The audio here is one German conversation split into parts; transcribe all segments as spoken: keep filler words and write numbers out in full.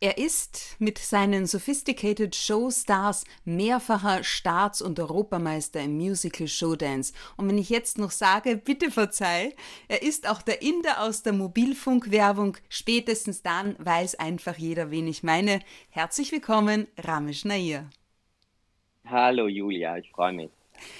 Er ist mit seinen Sophisticated Showstars mehrfacher Staats- und Europameister im Musical Showdance. Und wenn ich jetzt noch sage, bitte verzeih, er ist auch der Inder aus der Mobilfunkwerbung. Spätestens dann weiß einfach jeder, wen ich meine. Herzlich willkommen, Ramesh Nair. Hallo Julia, ich freue mich.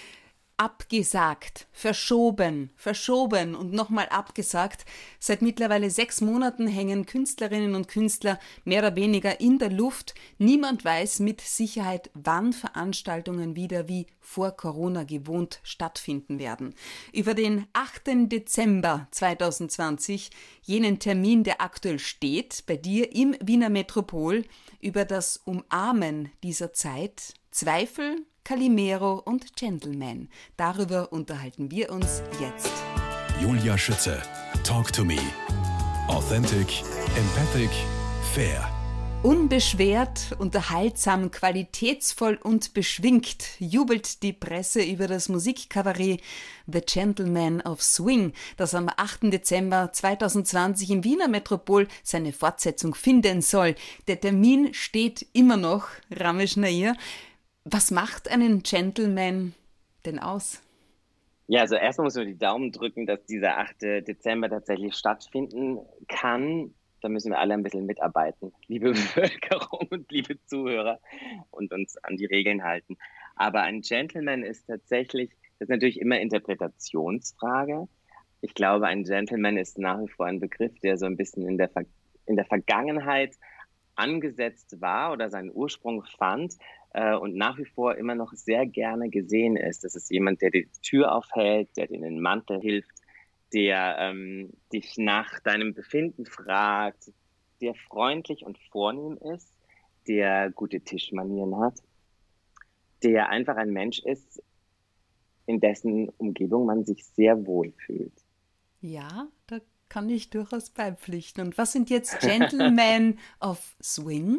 Abgesagt, verschoben, verschoben und nochmal abgesagt. Seit mittlerweile sechs Monaten hängen Künstlerinnen und Künstler mehr oder weniger in der Luft. Niemand weiß mit Sicherheit, wann Veranstaltungen wieder wie vor Corona gewohnt stattfinden werden. Über den achten Dezember zweitausendzwanzig, jenen Termin, der aktuell steht, bei dir im Wiener Metropol, über das Umarmen dieser Zeit, Zweifel, Calimero und Gentleman. Darüber unterhalten wir uns jetzt. Julia Schütze. Talk to me. Authentic, empathic, fair. Unbeschwert, unterhaltsam, qualitätsvoll und beschwingt jubelt die Presse über das Musikkabarett The Gentleman of Swing, das am achten Dezember zweitausendzwanzig im Wiener Metropol seine Fortsetzung finden soll. Der Termin steht immer noch, Ramesh Nair. Was macht einen Gentleman denn aus? Ja, also erstmal muss man die Daumen drücken, dass dieser achte Dezember tatsächlich stattfinden kann. Da müssen wir alle ein bisschen mitarbeiten, liebe Bevölkerung und liebe Zuhörer, und uns an die Regeln halten. Aber ein Gentleman ist tatsächlich, das ist natürlich immer Interpretationsfrage. Ich glaube, ein Gentleman ist nach wie vor ein Begriff, der so ein bisschen in der, Ver- in der Vergangenheit angesetzt war oder seinen Ursprung fand äh, und nach wie vor immer noch sehr gerne gesehen ist. Das ist jemand, der die Tür aufhält, der dir in den Mantel hilft, der ähm, dich nach deinem Befinden fragt, der freundlich und vornehm ist, der gute Tischmanieren hat, der einfach ein Mensch ist, in dessen Umgebung man sich sehr wohl fühlt. Ja, da kann ich durchaus beipflichten. Und was sind jetzt Gentlemen of Swing?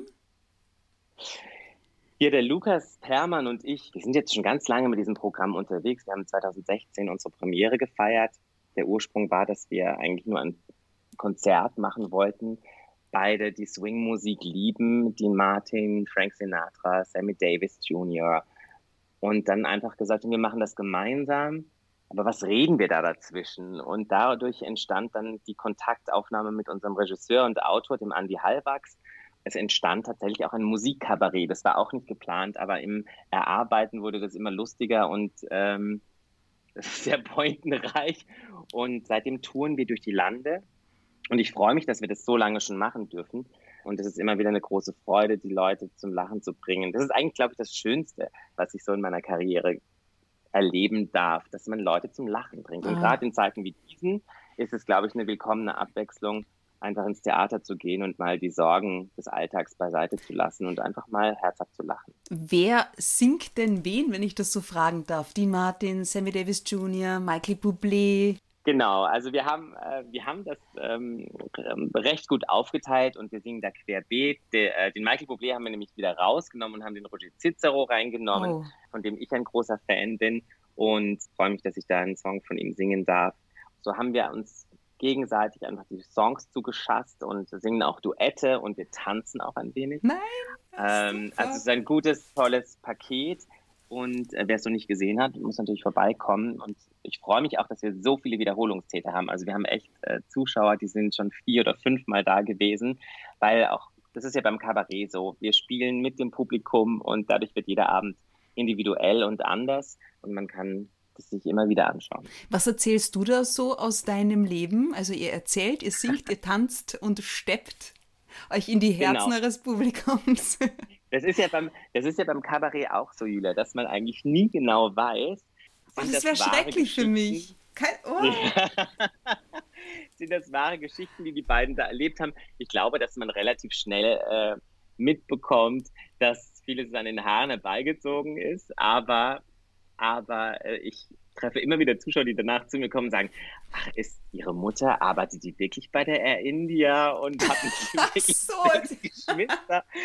Ja, der Lukas Herrmann und ich, wir sind jetzt schon ganz lange mit diesem Programm unterwegs. Wir haben zweitausendsechzehn unsere Premiere gefeiert. Der Ursprung war, dass wir eigentlich nur ein Konzert machen wollten. Beide die Swing-Musik lieben, Dean Martin, Frank Sinatra, Sammy Davis Junior Und dann einfach gesagt, wir machen das gemeinsam. Aber was reden wir da dazwischen? Und dadurch entstand dann die Kontaktaufnahme mit unserem Regisseur und Autor, dem Andi Hallwachs. Es entstand tatsächlich auch ein Musikkabarett. Das war auch nicht geplant, aber im Erarbeiten wurde das immer lustiger und ähm, das ist sehr pointenreich. Und seitdem touren wir durch die Lande. Und ich freue mich, dass wir das so lange schon machen dürfen. Und es ist immer wieder eine große Freude, die Leute zum Lachen zu bringen. Das ist eigentlich, glaube ich, das Schönste, was ich so in meiner Karriere erleben darf, dass man Leute zum Lachen bringt. Und Ah. gerade in Zeiten wie diesen ist es, glaube ich, eine willkommene Abwechslung, einfach ins Theater zu gehen und mal die Sorgen des Alltags beiseite zu lassen und einfach mal herzhaft zu lachen. Wer singt denn wen, wenn ich das so fragen darf? Dean Martin, Sammy Davis Junior, Michael Bublé? Genau, also wir haben, äh, wir haben das ähm, recht gut aufgeteilt und wir singen da querbeet. De, äh, den Michael Bublé haben wir nämlich wieder rausgenommen und haben den Roger Cicero reingenommen, Oh. von dem ich ein großer Fan bin und freue mich, dass ich da einen Song von ihm singen darf. So haben wir uns gegenseitig einfach die Songs zugeschasst und singen auch Duette und wir tanzen auch ein wenig. Nein! Ähm, also es ist ein gutes, tolles Paket. Und äh, wer es noch nicht gesehen hat, muss natürlich vorbeikommen. Und ich freue mich auch, dass wir so viele Wiederholungstäter haben. Also wir haben echt äh, Zuschauer, die sind schon vier oder fünfmal da gewesen, weil auch, das ist ja beim Kabarett so, wir spielen mit dem Publikum und dadurch wird jeder Abend individuell und anders und man kann das sich immer wieder anschauen. Was erzählst du da so aus deinem Leben? Also ihr erzählt, ihr singt, ihr tanzt und steppt euch in die Herzen Genau. eures Publikums. Das ist ja beim, das ist ja beim Kabarett auch so, Julia, dass man eigentlich nie genau weiß. Oh, sind das wäre wahre schrecklich für Geschichten? mich. Kein Ohr. Sind das wahre Geschichten, die die beiden da erlebt haben? Ich glaube, dass man relativ schnell äh, mitbekommt, dass vieles an den Haaren herbeigezogen ist, aber, aber äh, ich treffe immer wieder Zuschauer, die danach zu mir kommen und sagen, ach, ist ihre Mutter, arbeitet die wirklich bei der Air India und hatten die wirklich so. Geschwister? Und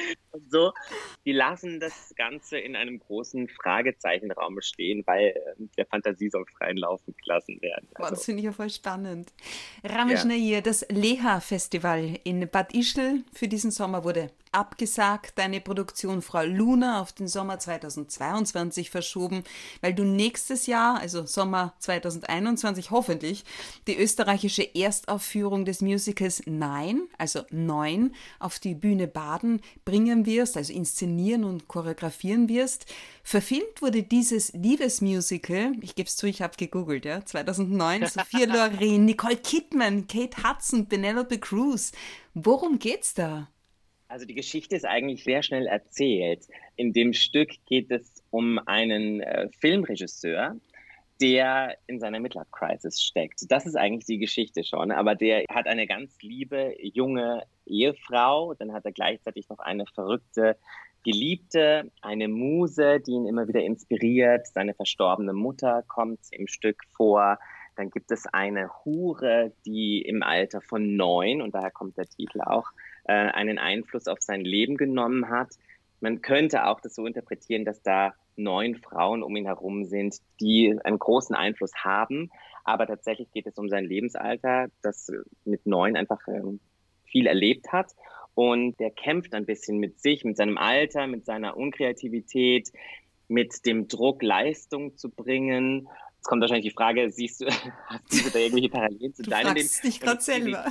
so. Die lassen das Ganze in einem großen Fragezeichenraum stehen, weil äh, der Fantasie soll freien Lauf gelassen werden. Also, das finde ich ja voll spannend. Ja. Ramesh Nair, das Leha-Festival in Bad Ischl für diesen Sommer wurde abgesagt. Deine Produktion Frau Luna auf den Sommer zweitausendzweiundzwanzig verschoben, weil du nächstes Jahr, also Sommer zweitausendeinundzwanzig hoffentlich, die österreichische Erstaufführung des Musicals Nein, also Neun, auf die Bühne Baden bringen wirst, also inszenieren und choreografieren wirst. Verfilmt wurde dieses Liebesmusical, ich gebe es zu, ich habe gegoogelt, ja, zweitausendneun, Sophia Loren, Nicole Kidman, Kate Hudson, Penelope Cruz. Worum geht's da? Also die Geschichte ist eigentlich sehr schnell erzählt. In dem Stück geht es um einen äh, Filmregisseur, der in seiner Midlife-Crisis steckt. Das ist eigentlich die Geschichte schon, aber der hat eine ganz liebe, junge Ehefrau, dann hat er gleichzeitig noch eine verrückte Geliebte, eine Muse, die ihn immer wieder inspiriert. Seine verstorbene Mutter kommt im Stück vor. Dann gibt es eine Hure, die im Alter von neun, und daher kommt der Titel auch, äh, einen Einfluss auf sein Leben genommen hat. Man könnte auch das so interpretieren, dass da neun Frauen um ihn herum sind, die einen großen Einfluss haben. Aber tatsächlich geht es um sein Lebensalter, das mit neun einfach ähm, viel erlebt hat. Und der kämpft ein bisschen mit sich, mit seinem Alter, mit seiner Unkreativität, mit dem Druck, Leistung zu bringen. Jetzt kommt wahrscheinlich die Frage, siehst du, hast du da irgendwelche Parallelen zu du deinem Leben? Du dich gerade selber.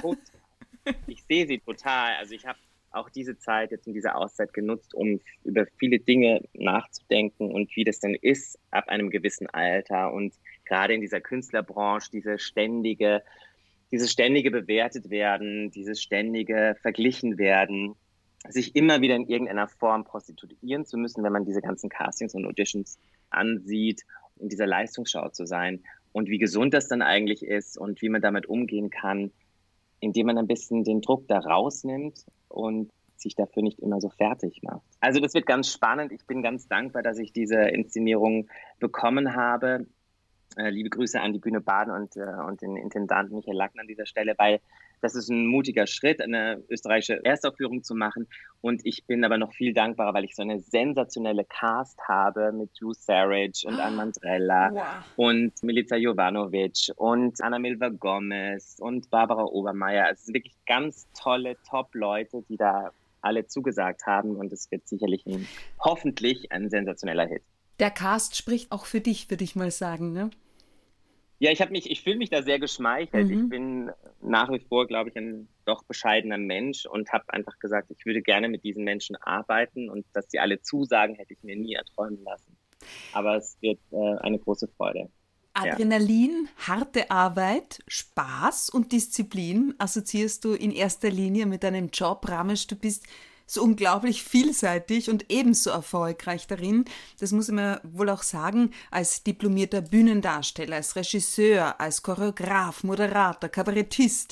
Ich sehe sie total. Also ich habe auch diese Zeit jetzt in dieser Auszeit genutzt, um über viele Dinge nachzudenken und wie das denn ist ab einem gewissen Alter. Und gerade in dieser Künstlerbranche, diese ständige, dieses ständige bewertet werden, dieses ständige verglichen werden, sich immer wieder in irgendeiner Form prostituieren zu müssen, wenn man diese ganzen Castings und Auditions ansieht, in dieser Leistungsschau zu sein. Und wie gesund das dann eigentlich ist und wie man damit umgehen kann, indem man ein bisschen den Druck da rausnimmt und sich dafür nicht immer so fertig macht. Also das wird ganz spannend. Ich bin ganz dankbar, dass ich diese Inszenierung bekommen habe. Äh, liebe Grüße an die Bühne Baden und, äh, und den Intendanten Michael Lackner an dieser Stelle, weil das ist ein mutiger Schritt, eine österreichische Erstaufführung zu machen. Und ich bin aber noch viel dankbarer, weil ich so eine sensationelle Cast habe mit Drew Sarich und Anne Mandrella wow. und Milica Jovanovic und Anna Milva Gomez und Barbara Obermeier. Also es sind wirklich ganz tolle Top-Leute, die da alle zugesagt haben. Und es wird sicherlich ein, hoffentlich ein sensationeller Hit. Der Cast spricht auch für dich, würde ich mal sagen, ne? Ja, ich habe mich, ich fühle mich da sehr geschmeichelt. Mhm. Ich bin nach wie vor, glaube ich, ein doch bescheidener Mensch und habe einfach gesagt, ich würde gerne mit diesen Menschen arbeiten und dass sie alle zusagen, hätte ich mir nie erträumen lassen. Aber es wird äh, eine große Freude. Adrenalin, ja. Harte Arbeit, Spaß und Disziplin assoziierst du in erster Linie mit deinem Job. Ramesh, du bist so unglaublich vielseitig und ebenso erfolgreich darin. Das muss man wohl auch sagen, als diplomierter Bühnendarsteller, als Regisseur, als Choreograf, Moderator, Kabarettist,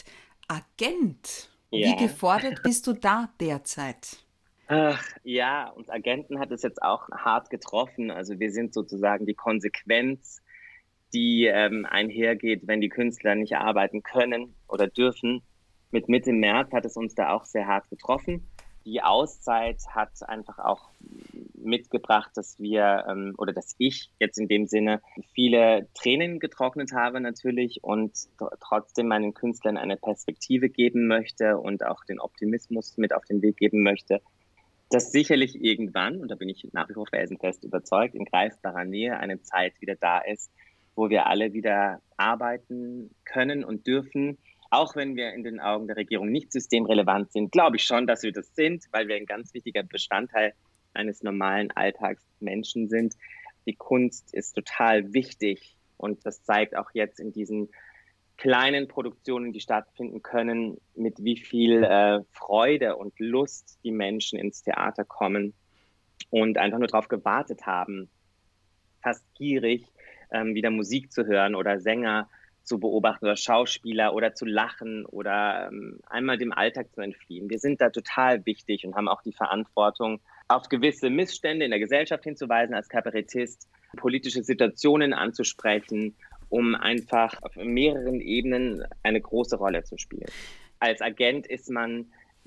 Agent. Ja. Wie gefordert bist du da derzeit? Ach, ja, uns Agenten hat es jetzt auch hart getroffen. Also wir sind sozusagen die Konsequenz, die ähm, einhergeht, wenn die Künstler nicht arbeiten können oder dürfen. Mit Mitte März hat es uns da auch sehr hart getroffen. Die Auszeit hat einfach auch mitgebracht, dass wir ähm, oder dass ich jetzt in dem Sinne viele Tränen getrocknet habe natürlich und t- trotzdem meinen Künstlern eine Perspektive geben möchte und auch den Optimismus mit auf den Weg geben möchte, dass sicherlich irgendwann, und da bin ich nach wie vor felsenfest überzeugt, in greifbarer Nähe eine Zeit wieder da ist, wo wir alle wieder arbeiten können und dürfen. Auch wenn wir in den Augen der Regierung nicht systemrelevant sind, glaube ich schon, dass wir das sind, weil wir ein ganz wichtiger Bestandteil eines normalen Alltagsmenschen sind. Die Kunst ist total wichtig und das zeigt auch jetzt in diesen kleinen Produktionen, die stattfinden können, mit wie viel äh, Freude und Lust die Menschen ins Theater kommen und einfach nur darauf gewartet haben, fast gierig, ähm, wieder Musik zu hören oder Sänger zu beobachten oder Schauspieler oder zu lachen oder ähm, einmal dem Alltag zu entfliehen. Wir sind da total wichtig und haben auch die Verantwortung, auf gewisse Missstände in der Gesellschaft hinzuweisen als Kabarettist, politische Situationen anzusprechen, um einfach auf mehreren Ebenen eine große Rolle zu spielen. Als Agent ist man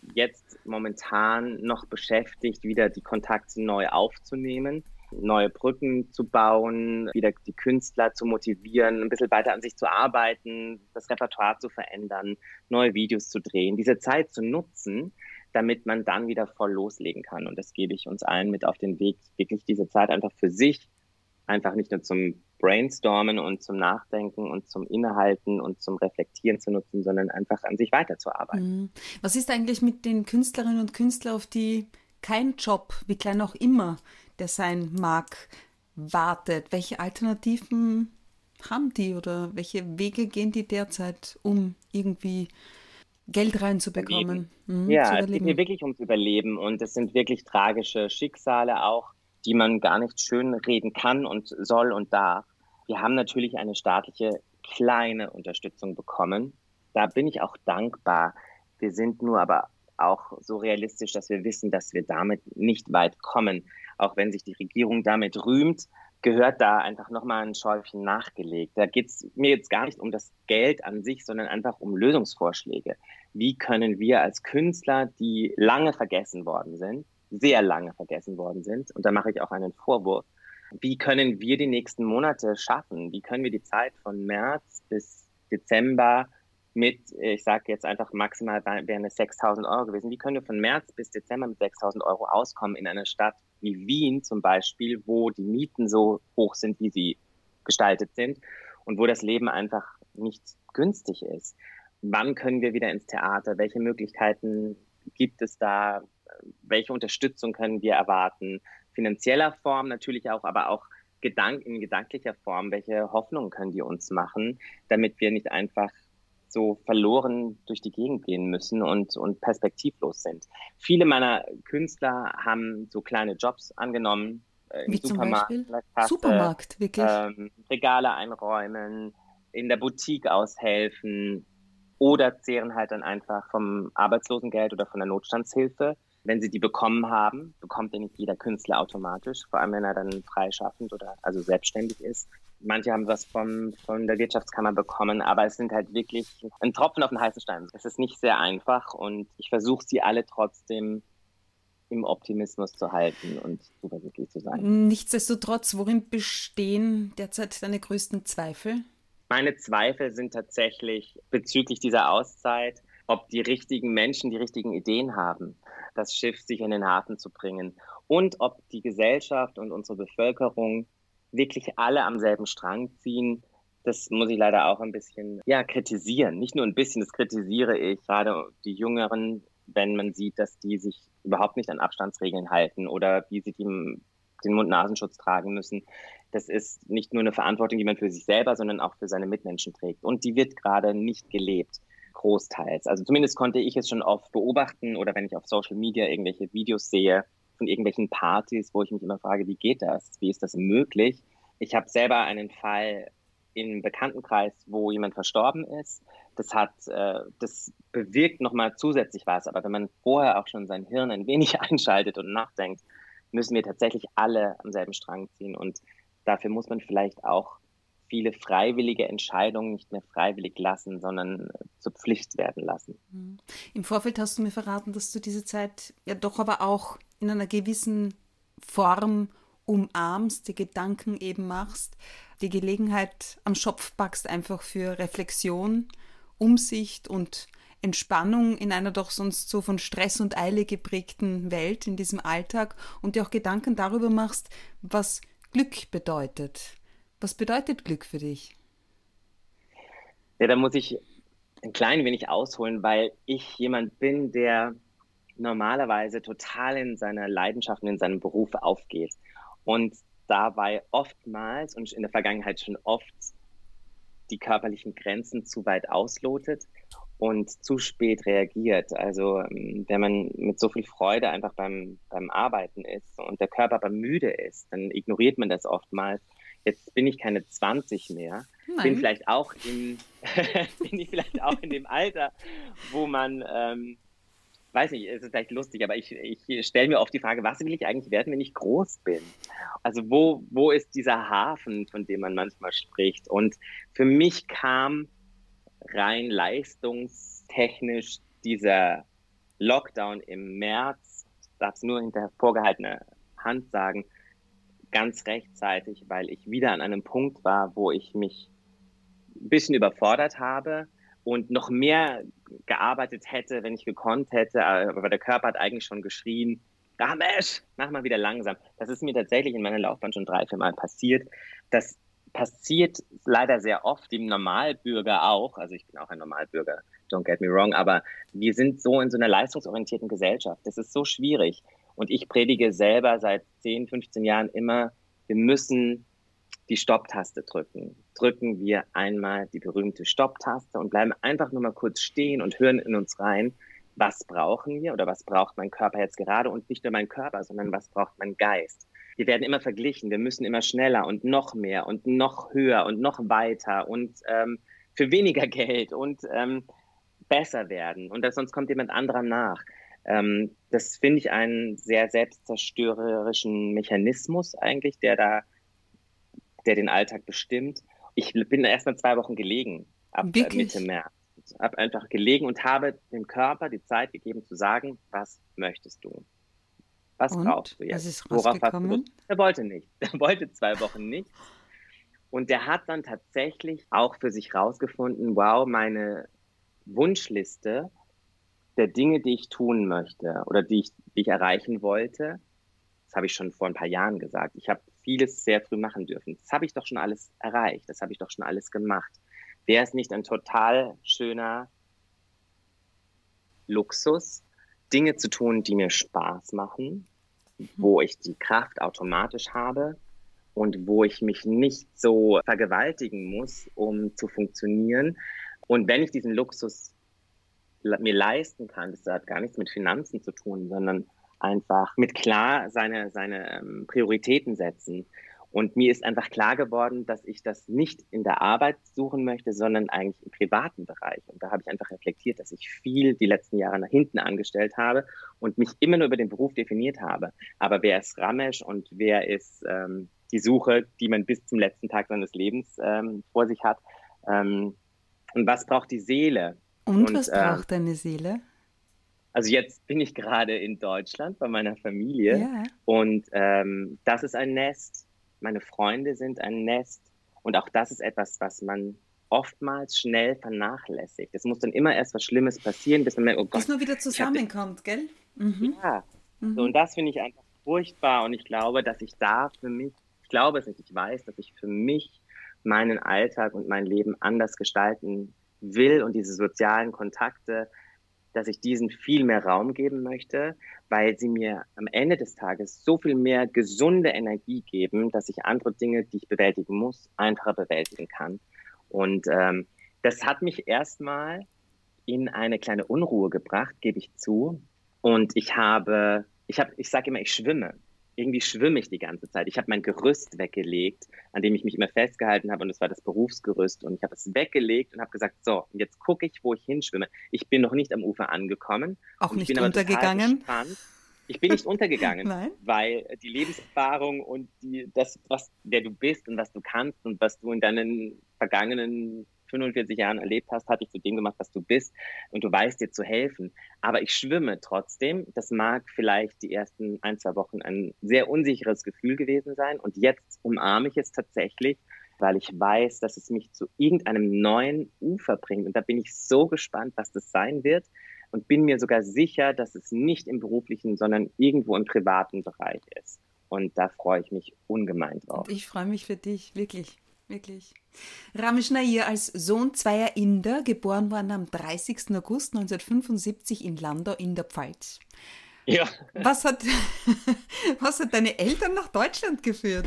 jetzt momentan noch beschäftigt, wieder die Kontakte neu aufzunehmen, neue Brücken zu bauen, wieder die Künstler zu motivieren, ein bisschen weiter an sich zu arbeiten, das Repertoire zu verändern, neue Videos zu drehen, diese Zeit zu nutzen, damit man dann wieder voll loslegen kann. Und das gebe ich uns allen mit auf den Weg, wirklich diese Zeit einfach für sich, einfach nicht nur zum Brainstormen und zum Nachdenken und zum Innehalten und zum Reflektieren zu nutzen, sondern einfach an sich weiterzuarbeiten. Was ist eigentlich mit den Künstlerinnen und Künstlern, auf die kein Job, wie klein auch immer der sein mag, wartet? Welche Alternativen haben die oder welche Wege gehen die derzeit, um irgendwie Geld reinzubekommen? Mhm, ja, es geht hier wirklich ums Überleben und es sind wirklich tragische Schicksale auch, die man gar nicht schön reden kann und soll und darf. Wir haben natürlich eine staatliche kleine Unterstützung bekommen. Da bin ich auch dankbar. Wir sind nur aber auch so realistisch, dass wir wissen, dass wir damit nicht weit kommen. Auch wenn sich die Regierung damit rühmt, gehört da einfach nochmal ein Schäufchen nachgelegt. Da geht es mir jetzt gar nicht um das Geld an sich, sondern einfach um Lösungsvorschläge. Wie können wir als Künstler, die lange vergessen worden sind, sehr lange vergessen worden sind, und da mache ich auch einen Vorwurf, wie können wir die nächsten Monate schaffen? Wie können wir die Zeit von März bis Dezember mit, ich sage jetzt einfach maximal, wären es sechstausend Euro gewesen, wie können wir von März bis Dezember mit sechstausend Euro auskommen in einer Stadt wie Wien zum Beispiel, wo die Mieten so hoch sind, wie sie gestaltet sind und wo das Leben einfach nicht günstig ist? Wann können wir wieder ins Theater? Welche Möglichkeiten gibt es da? Welche Unterstützung können wir erwarten? Finanzieller Form natürlich auch, aber auch Gedank- in gedanklicher Form. Welche Hoffnungen können die uns machen, damit wir nicht einfach so verloren durch die Gegend gehen müssen und, und perspektivlos sind? Viele meiner Künstler haben so kleine Jobs angenommen. Äh, im Wie Supermarkt, zum Beispiel? Kasse, Supermarkt, wirklich? Ähm, Regale einräumen, in der Boutique aushelfen oder zehren halt dann einfach vom Arbeitslosengeld oder von der Notstandshilfe. Wenn sie die bekommen haben, bekommt ja nicht jeder Künstler automatisch, vor allem wenn er dann freischaffend oder also selbstständig ist. Manche haben was vom, von der Wirtschaftskammer bekommen, aber es sind halt wirklich ein Tropfen auf den heißen Stein. Es ist nicht sehr einfach und ich versuche sie alle trotzdem im Optimismus zu halten und zuversichtlich zu sein. Nichtsdestotrotz, worin bestehen derzeit deine größten Zweifel? Meine Zweifel sind tatsächlich bezüglich dieser Auszeit, ob die richtigen Menschen die richtigen Ideen haben, das Schiff sich in den Hafen zu bringen und ob die Gesellschaft und unsere Bevölkerung wirklich alle am selben Strang ziehen. Das muss ich leider auch ein bisschen ja, kritisieren. Nicht nur ein bisschen, das kritisiere ich. Gerade die Jüngeren, wenn man sieht, dass die sich überhaupt nicht an Abstandsregeln halten oder wie sie die, den Mund-Nasenschutz tragen müssen. Das ist nicht nur eine Verantwortung, die man für sich selber, sondern auch für seine Mitmenschen trägt. Und die wird gerade nicht gelebt. Großteils. Also zumindest konnte ich es schon oft beobachten oder wenn ich auf Social Media irgendwelche Videos sehe von irgendwelchen Partys, wo ich mich immer frage, wie geht das? Wie ist das möglich? Ich habe selber einen Fall im Bekanntenkreis, wo jemand verstorben ist. Das hat, äh, das bewirkt nochmal zusätzlich was. Aber wenn man vorher auch schon sein Hirn ein wenig einschaltet und nachdenkt, müssen wir tatsächlich alle am selben Strang ziehen. Und dafür muss man vielleicht auch viele freiwillige Entscheidungen nicht mehr freiwillig lassen, sondern zur Pflicht werden lassen. Im Vorfeld hast du mir verraten, dass du diese Zeit ja doch aber auch in einer gewissen Form umarmst, die Gedanken eben machst, die Gelegenheit am Schopf packst einfach für Reflexion, Umsicht und Entspannung in einer doch sonst so von Stress und Eile geprägten Welt in diesem Alltag und dir auch Gedanken darüber machst, was Glück bedeutet. Was bedeutet Glück für dich? Ja, da muss ich ein klein wenig ausholen, weil ich jemand bin, der normalerweise total in seiner Leidenschaft und in seinem Beruf aufgeht und dabei oftmals und in der Vergangenheit schon oft die körperlichen Grenzen zu weit auslotet und zu spät reagiert. Also wenn man mit so viel Freude einfach beim, beim Arbeiten ist und der Körper aber müde ist, dann ignoriert man das oftmals. Jetzt bin ich keine zwanzig mehr, Nein. bin vielleicht auch in, bin ich vielleicht auch in dem Alter, wo man, ähm, weiß nicht, es ist vielleicht lustig, aber ich, ich stelle mir oft die Frage, was will ich eigentlich werden, wenn ich groß bin? Also wo, wo ist dieser Hafen, von dem man manchmal spricht? Und für mich kam rein leistungstechnisch dieser Lockdown im März, ich darf es nur hinter vorgehaltener Hand sagen, ganz rechtzeitig, weil ich wieder an einem Punkt war, wo ich mich ein bisschen überfordert habe und noch mehr gearbeitet hätte, wenn ich gekonnt hätte, aber der Körper hat eigentlich schon geschrien, Ramesh, mach mal wieder langsam. Das ist mir tatsächlich in meiner Laufbahn schon drei, vier Mal passiert. Das passiert leider sehr oft dem Normalbürger auch. Also ich bin auch ein Normalbürger, don't get me wrong, aber wir sind so in so einer leistungsorientierten Gesellschaft. Das ist so schwierig. Und ich predige selber seit zehn, fünfzehn Jahren immer, wir müssen die Stopptaste drücken. Drücken wir einmal die berühmte Stopptaste und bleiben einfach nur mal kurz stehen und hören in uns rein, was brauchen wir oder was braucht mein Körper jetzt gerade und nicht nur mein Körper, sondern was braucht mein Geist. Wir werden immer verglichen, wir müssen immer schneller und noch mehr und noch höher und noch weiter und ähm, für weniger Geld und ähm, besser werden und das, sonst kommt jemand anderer nach. Ähm, das finde ich einen sehr selbstzerstörerischen Mechanismus eigentlich, der da, der den Alltag bestimmt. Ich bin erst mal zwei Wochen gelegen, ab äh, Mitte März. Ich habe einfach gelegen und habe dem Körper die Zeit gegeben zu sagen, was möchtest du? Was und? brauchst du jetzt? Was ist rausgekommen? Er wollte nicht. Er wollte zwei Wochen nicht. Und der hat dann tatsächlich auch für sich rausgefunden, wow, meine Wunschliste der Dinge, die ich tun möchte oder die ich, die ich erreichen wollte, das habe ich schon vor ein paar Jahren gesagt. Ich habe vieles sehr früh machen dürfen. Das habe ich doch schon alles erreicht. Das habe ich doch schon alles gemacht. Wäre es nicht ein total schöner Luxus, Dinge zu tun, die mir Spaß machen, mhm. wo ich die Kraft automatisch habe und wo ich mich nicht so vergewaltigen muss, um zu funktionieren. Und wenn ich diesen Luxus mir leisten kann, das hat gar nichts mit Finanzen zu tun, sondern einfach mit klar seine, seine ähm, Prioritäten setzen. Und mir ist einfach klar geworden, dass ich das nicht in der Arbeit suchen möchte, sondern eigentlich im privaten Bereich. Und da habe ich einfach reflektiert, dass ich viel die letzten Jahre nach hinten angestellt habe und mich immer nur über den Beruf definiert habe. Aber wer ist Ramesh und wer ist ähm, die Suche, die man bis zum letzten Tag seines Lebens ähm, vor sich hat? Ähm, und was braucht die Seele? Und, und was äh, braucht deine Seele? Also jetzt bin ich gerade in Deutschland bei meiner Familie yeah. und ähm, das ist ein Nest. Meine Freunde sind ein Nest und auch das ist etwas, was man oftmals schnell vernachlässigt. Es muss dann immer erst was Schlimmes passieren, bis man merkt, oh Gott. Bis man wieder zusammenkommt, gell? Mhm. Ja, mhm. So, und das finde ich einfach furchtbar und ich glaube, dass ich da für mich, ich glaube es nicht, ich weiß, dass ich für mich meinen Alltag und mein Leben anders gestalten will und diese sozialen Kontakte, dass ich diesen viel mehr Raum geben möchte, weil sie mir am Ende des Tages so viel mehr gesunde Energie geben, dass ich andere Dinge, die ich bewältigen muss, einfacher bewältigen kann. Und ähm, das hat mich erstmal in eine kleine Unruhe gebracht, gebe ich zu. Und ich habe, ich habe, ich sage immer, ich schwimme. Irgendwie schwimme ich die ganze Zeit. Ich habe mein Gerüst weggelegt, an dem ich mich immer festgehalten habe und das war das Berufsgerüst und ich habe es weggelegt und habe gesagt, so, jetzt gucke ich, wo ich hinschwimme. Ich bin noch nicht am Ufer angekommen. Auch nicht ich bin untergegangen? Aber ich bin nicht untergegangen, Nein? Weil die Lebenserfahrung und die, das, was, wer du bist und was du kannst und was du in deinen vergangenen fünfundvierzig Jahren erlebt hast, hat dich zu dem gemacht, was du bist und du weißt dir zu helfen. Aber ich schwimme trotzdem. Das mag vielleicht die ersten ein, zwei Wochen ein sehr unsicheres Gefühl gewesen sein und jetzt umarme ich es tatsächlich, weil ich weiß, dass es mich zu irgendeinem neuen Ufer bringt und da bin ich so gespannt, was das sein wird und bin mir sogar sicher, dass es nicht im beruflichen, sondern irgendwo im privaten Bereich ist und da freue ich mich ungemein drauf. Und ich freue mich für dich, wirklich. Wirklich. Ramesh Nair als Sohn zweier Inder, geboren worden am dreißigsten August neunzehnhundertfünfundsiebzig in Landau in der Pfalz. Ja. Was hat, was hat deine Eltern nach Deutschland geführt?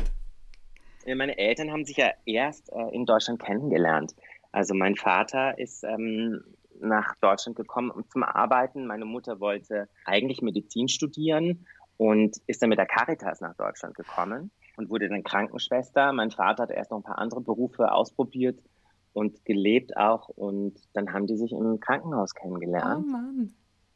Meine Eltern haben sich ja erst äh, in Deutschland kennengelernt. Also mein Vater ist ähm, nach Deutschland gekommen, um zum Arbeiten. Meine Mutter wollte eigentlich Medizin studieren und ist dann mit der Caritas nach Deutschland gekommen und wurde dann Krankenschwester. Mein Vater hat erst noch ein paar andere Berufe ausprobiert und gelebt auch. Und dann haben die sich im Krankenhaus kennengelernt. Oh Mann.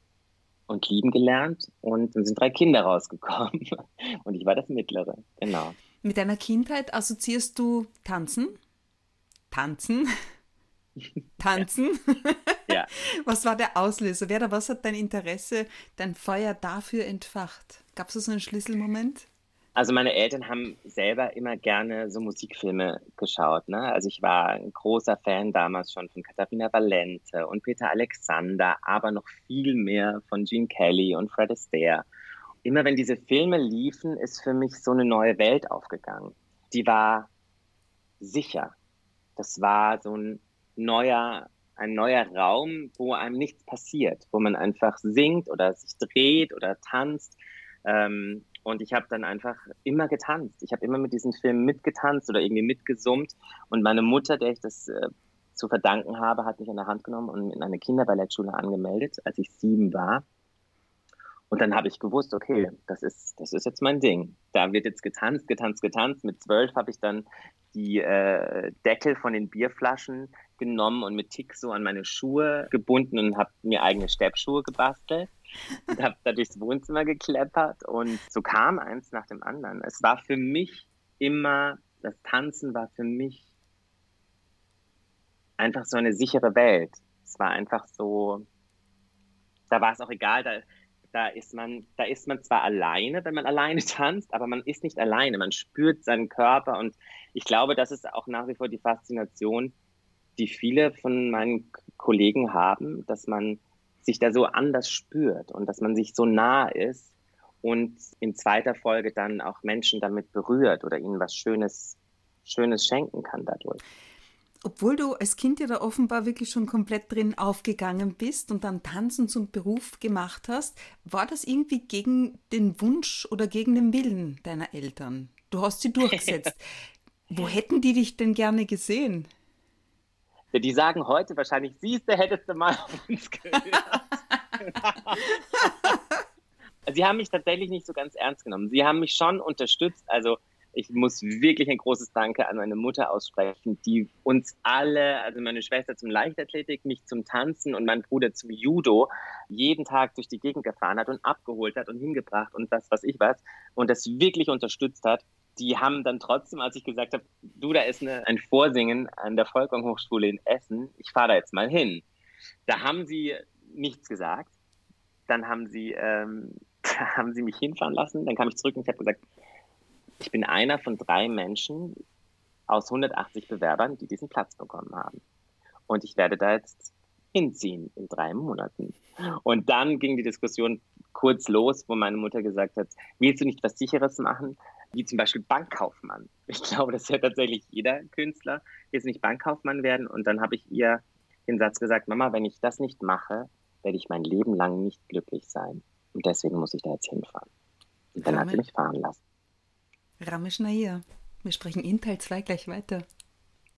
Und lieben gelernt. Und dann sind drei Kinder rausgekommen. Und ich war das Mittlere, genau. Mit deiner Kindheit assoziierst du Tanzen? Tanzen? Tanzen? Ja. Was war der Auslöser? Wer oder was hat dein Interesse, dein Feuer dafür entfacht? Gab es so einen Schlüsselmoment? Also meine Eltern haben selber immer gerne so Musikfilme geschaut, ne? Also ich war ein großer Fan damals schon von Katharina Valente und Peter Alexander, aber noch viel mehr von Gene Kelly und Fred Astaire. Immer wenn diese Filme liefen, ist für mich so eine neue Welt aufgegangen. Die war sicher. Das war so ein neuer, ein neuer Raum, wo einem nichts passiert, wo man einfach singt oder sich dreht oder tanzt. Ähm, und ich habe dann einfach immer getanzt. Ich habe immer mit diesen Filmen mitgetanzt oder irgendwie mitgesummt. Und meine Mutter, der ich das äh, zu verdanken habe, hat mich an der Hand genommen und in eine Kinderballettschule angemeldet, als ich sieben war. Und dann habe ich gewusst, okay, das ist, das ist jetzt mein Ding. Da wird jetzt getanzt, getanzt, getanzt. Mit zwölf habe ich dann die äh, Deckel von den Bierflaschen genommen und mit Tick so an meine Schuhe gebunden und habe mir eigene Steppschuhe gebastelt und habe da durchs Wohnzimmer gekleppert. Und so kam eins nach dem anderen. Es war für mich immer, das Tanzen war für mich einfach so eine sichere Welt. Es war einfach so, da war es auch egal, da Da ist man, da ist man zwar alleine, wenn man alleine tanzt, aber man ist nicht alleine. Man spürt seinen Körper und ich glaube, das ist auch nach wie vor die Faszination, die viele von meinen Kollegen haben, dass man sich da so anders spürt und dass man sich so nah ist und in zweiter Folge dann auch Menschen damit berührt oder ihnen was Schönes, Schönes schenken kann dadurch. Obwohl du als Kind ja da offenbar wirklich schon komplett drin aufgegangen bist und dann Tanzen zum Beruf gemacht hast, war das irgendwie gegen den Wunsch oder gegen den Willen deiner Eltern? Du hast sie durchgesetzt. Wo hätten die dich denn gerne gesehen? Die sagen heute wahrscheinlich, siehste, hättest du mal auf uns gehört. Sie haben mich tatsächlich nicht so ganz ernst genommen. Sie haben mich schon unterstützt, also ich muss wirklich ein großes Danke an meine Mutter aussprechen, die uns alle, also meine Schwester zum Leichtathletik, mich zum Tanzen und mein Bruder zum Judo, jeden Tag durch die Gegend gefahren hat und abgeholt hat und hingebracht und das, was ich weiß, und das wirklich unterstützt hat. Die haben dann trotzdem, als ich gesagt habe, du, da ist eine, ein Vorsingen an der Volkwang-Hochschule in Essen, ich fahre da jetzt mal hin. Da haben sie nichts gesagt. Dann haben sie, ähm, da haben sie mich hinfahren lassen. Dann kam ich zurück und ich habe gesagt, ich bin einer von drei Menschen aus hundertachtzig Bewerbern, die diesen Platz bekommen haben. Und ich werde da jetzt hinziehen in drei Monaten. Und dann ging die Diskussion kurz los, wo meine Mutter gesagt hat, willst du nicht was Sicheres machen, wie zum Beispiel Bankkaufmann? Ich glaube, das ist ja tatsächlich jeder Künstler, jetzt nicht Bankkaufmann werden. Und dann habe ich ihr den Satz gesagt, Mama, wenn ich das nicht mache, werde ich mein Leben lang nicht glücklich sein. Und deswegen muss ich da jetzt hinfahren. Und dann Ramesh, hat sie mich fahren lassen. Ramesh Nair. Wir sprechen in Teil zwei gleich weiter.